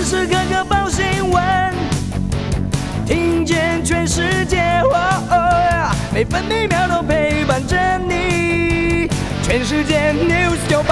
时刻刻报新闻，听见全世界，每分每秒都陪伴着你。全世界 News 98。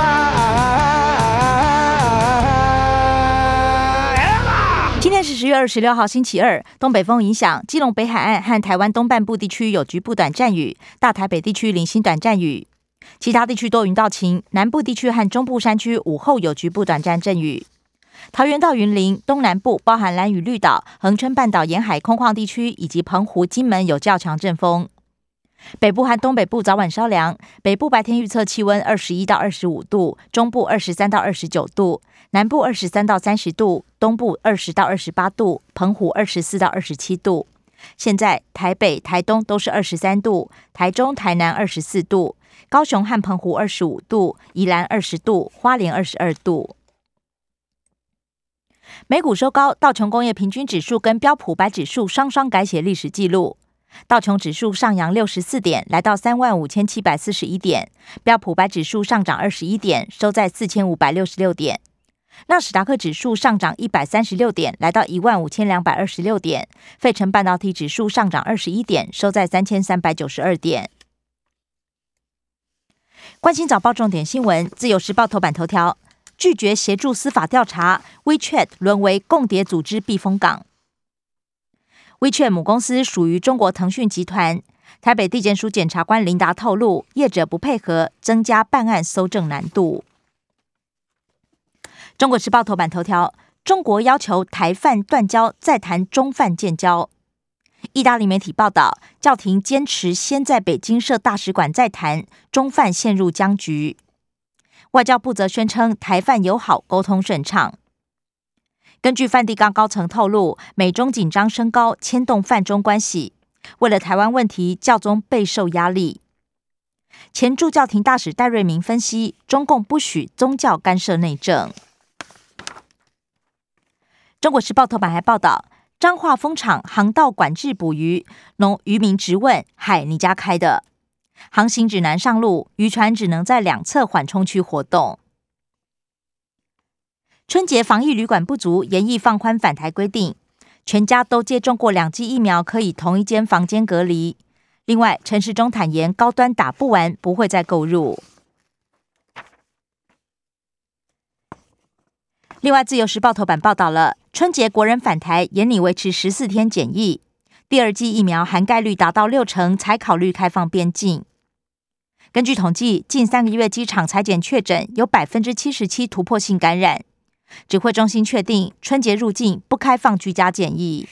今天是10月26号，星期二。东北风影响，基隆北海岸和台湾东半部地区有局部短暂雨，大台北地区零星短暂雨，其他地区多云到晴。南部地区和中部山区午后有局部短暂阵雨。桃园到云林东南部，包含兰屿绿岛、恒春半岛沿海空旷地区以及澎湖、金门有较强阵风。北部和东北部早晚稍凉，北部白天预测气温21到25度，中部23到29度，南部23到30度，东部20到28度，澎湖24到27度。现在台北、台东都是23度，台中、台南24度，高雄和澎湖25度，宜兰20度，花莲22度。美股收高，道琼工业平均指数跟标普500指数双双改写历史纪录。道琼指数上扬64点，来到35,741点；标普500指数上涨21点，收在4,566点；纳斯达克指数上涨136点，来到15,226点；费城半导体指数上涨21点，收在3,392点。关心早报重点新闻，自由时报头版头条：拒绝协助司法调查 ，WeChat 沦为共谍组织避风港。WeChat 母公司属于中国腾讯集团。台北地检署检察官林达透露，业者不配合，增加办案搜证难度。中国时报头版头条：中国要求台泛断交，再谈中泛建交。意大利媒体报道，教廷坚持先在北京设大使馆再谈，中泛陷入僵局。外交部则宣称台泛友好，沟通顺畅。根据梵蒂冈高层透露，美中紧张升高，牵动泛中关系。为了台湾问题，教宗备受压力。前驻教廷大使戴瑞明分析，中共不许宗教干涉内政。中国时报头版还报道，彰化蜂场航道管制捕鱼，渔民质问海你家开的，航行指南上路，渔船只能在两侧缓冲区活动。春节防疫旅馆不足，研议放宽返台规定，全家都接种过2剂疫苗，可以同一间房间隔离。另外，陈时中坦言，高端打不完，不会再购入。另外，自由时报头版报道了，春节国人返台，严拟维持14天检疫，第2剂疫苗涵盖率达到60%，才考虑开放边境。根据统计，近3个月机场采检确诊有77%突破性感染。指挥中心确定，春节入境不开放居家检疫。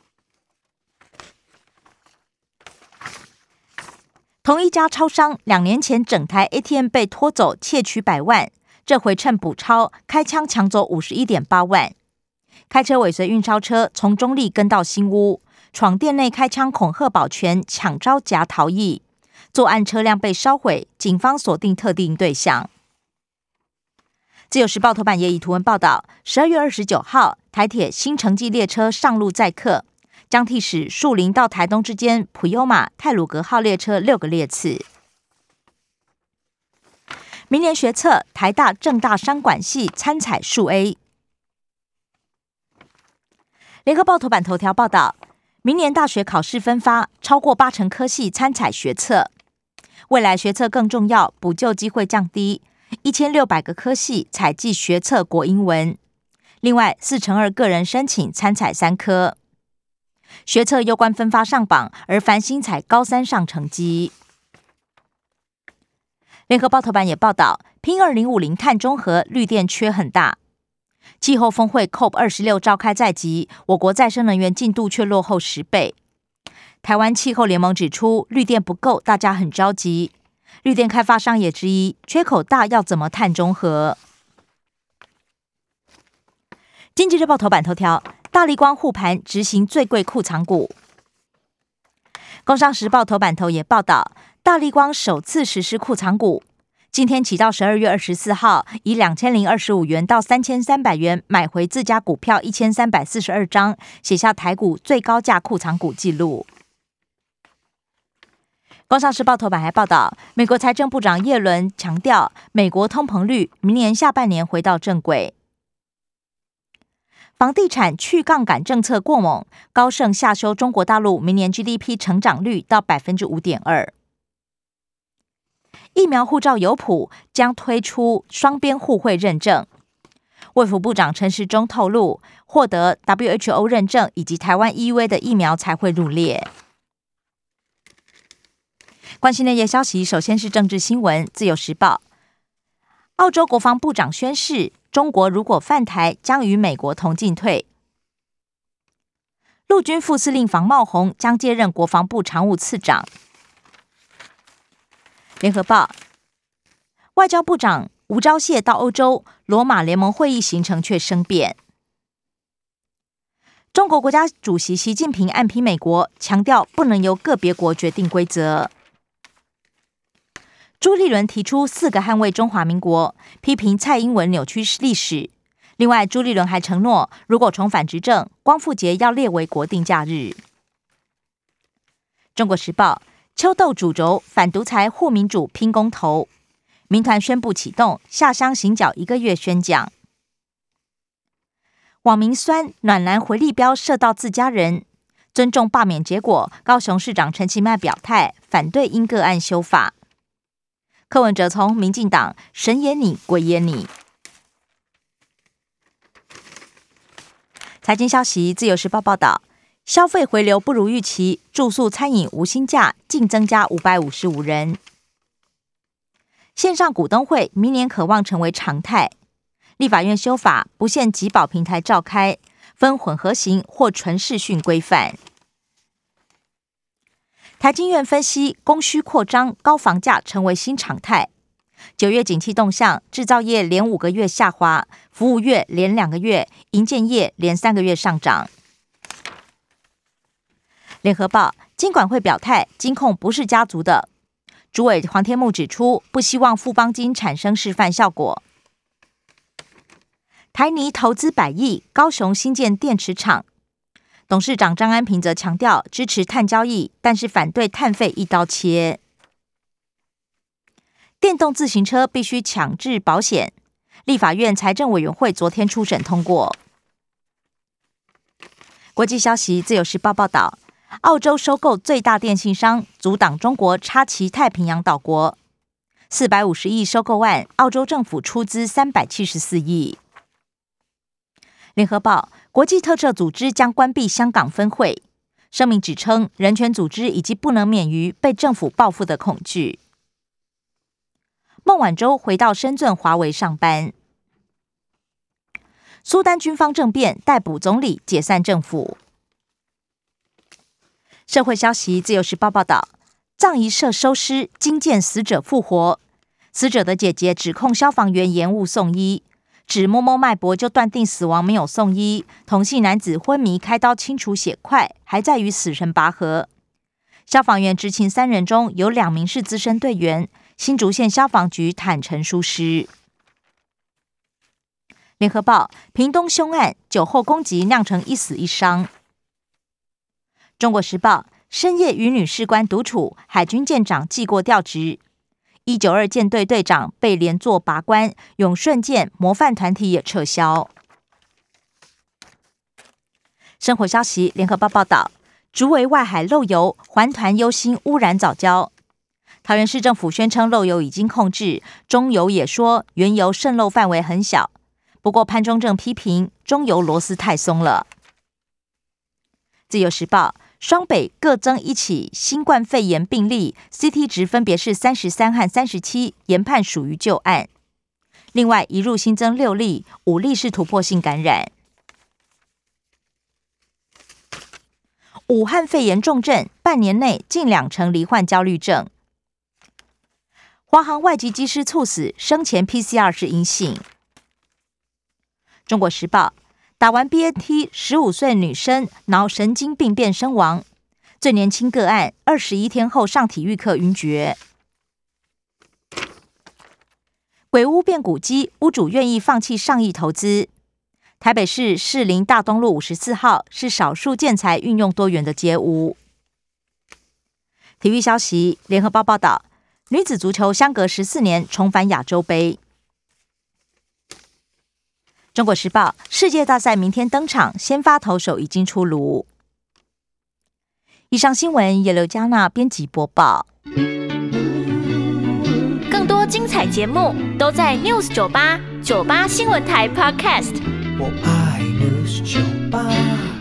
同一家超商2年前整台 ATM 被拖走，窃取100万，这回趁补超，开枪抢走 51.8 万。开车尾随运钞车，从中立跟到新屋，闯店内开枪恐吓保全，抢招夹逃逸。作案车辆被烧毁，警方锁定特定对象。自由时报头版也以图文报道，12月29号，台铁新城际列车上路载客，将替使树林到台东之间普悠玛、太鲁阁号列车6个列次。明年学测，台大、政大商管系参采数 A。联合报头版头条报道，明年大学考试分发，超过80%科系参采学测，未来学测更重要，补救机会降低。1600个科系采计学测国英文，另外4%2个人申请参采3科。学测攸关分发上榜，而繁星采高3上成绩。联合报头版也报道，拼2050碳中和，绿电缺很大。气候峰会 COP26 召开在即，我国再生能源进度却落后10倍。台湾气候联盟指出，绿电不够，大家很着急。绿电开发商也质疑，缺口大，要怎么碳中和？经济日报头版头条，大立光护盘执行最贵库藏股。工商时报头版头也报道，大立光首次实施库藏股，今天起到12月24号，以2025元到3300元买回自家股票1342张，写下台股最高价库藏股纪录。工商时报头版还报道，美国财政部长耶伦强调，美国通膨率明年下半年回到正轨。 房地产去杠杆政策过猛，高盛下修中国大陆明年 GDP 成长率到 5.2%。疫苗护照有谱将推出双边互惠认证。卫福部长陈时中透露，获得 WHO 认证以及台湾 EUA 的疫苗才会入列。关心内页消息，首先是政治新闻，自由时报。澳洲国防部长宣示，中国如果犯台，将与美国同进退。陆军副司令房茂宏将接任国防部常务次长。联合报，外交部长吴钊燮到欧洲，罗马联盟会议行程却生变。中国国家主席习近平暗批美国，强调不能由个别国决定规则。朱立伦提出4个捍卫中华民国，批评蔡英文扭曲历史。另外，朱立伦还承诺，如果重返执政，光复节要列为国定假日。中国时报，秋斗主轴反独裁护民主拼公投，民团宣布启动，下乡行脚1个月宣讲。网民酸暖男回力镖射到自家人，尊重罢免结果，高雄市长陈其迈表态反对因个案修法。柯文哲从民进党神也你鬼也你。财经消息，自由时报报道，消费回流不如预期，住宿餐饮无薪假净增加555人。线上股东会明年可望成为常态。立法院修法不限集保平台召开，分混合型或纯视讯规范。台经院分析，供需扩张，高房价成为新常态。9月景气动向，制造业连5个月下滑，服务业连2个月，营建业连3个月上涨。联合报，金管会表态，金控不是家族的。主委黄天牧指出，不希望富邦金产生示范效果。台泥投资100亿，高雄新建电池厂。董事长张安平则强调支持碳交易，但是反对碳费一刀切。电动自行车必须强制保险，立法院财政委员会昨天初审通过。国际消息，自由时报报道，澳洲收购最大电信商，阻挡中国插旗太平洋岛国。450亿收购案，澳洲政府出资374亿。联合报，国际特赦组织将关闭香港分会，声明指称人权组织已经不能免于被政府报复的恐惧。孟晚舟回到深圳华为上班。苏丹军方政变，逮捕总理，解散政府。社会消息，自由时报报道，葬仪社收尸，惊见死者复活。死者的姐姐指控消防员延误送医，指摸摸脉搏就断定死亡，没有送医。同姓男子昏迷，开刀清除血块，还在与死神拔河。消防员执勤3人中有2名是资深队员，新竹县消防局坦承疏失。联合报，屏东凶案，酒后攻击酿成1死1伤。中国时报，深夜与女士官独处，海军舰长记过调职。192舰队队长被连坐拔关，永顺舰模范团体也撤销。生活消息，联合报报道，竹围外海漏油，环团忧心污染藻礁。桃园市政府宣称漏油已经控制，中油也说原油渗漏范围很小。不过潘忠政批评中油螺丝太松了。自由时报，双北各增1起新冠肺炎病例 ，CT 值分别是33和37，研判属于旧案。另外，一入新增6例，5例是突破性感染。武汉肺炎重症，半年内近20%罹患焦虑症。华航外籍机师猝死，生前 PCR 是阴性。中国时报，打完 BNT 15岁女生脑神经病变身亡，最年轻个案21天后上体育课晕厥。鬼屋变古迹，屋主愿意放弃上亿投资。台北市士林大东路54号是少数建材运用多元的街屋。体育消息，联合报报道，女子足球相隔14年重返亚洲杯。 中国时报，世界大赛明天登场，先发投手已经出炉。以上新闻由刘嘉娜编辑播报。 更多精彩节目都在 News 98 98新闻台 Podcast。 我爱 News 98。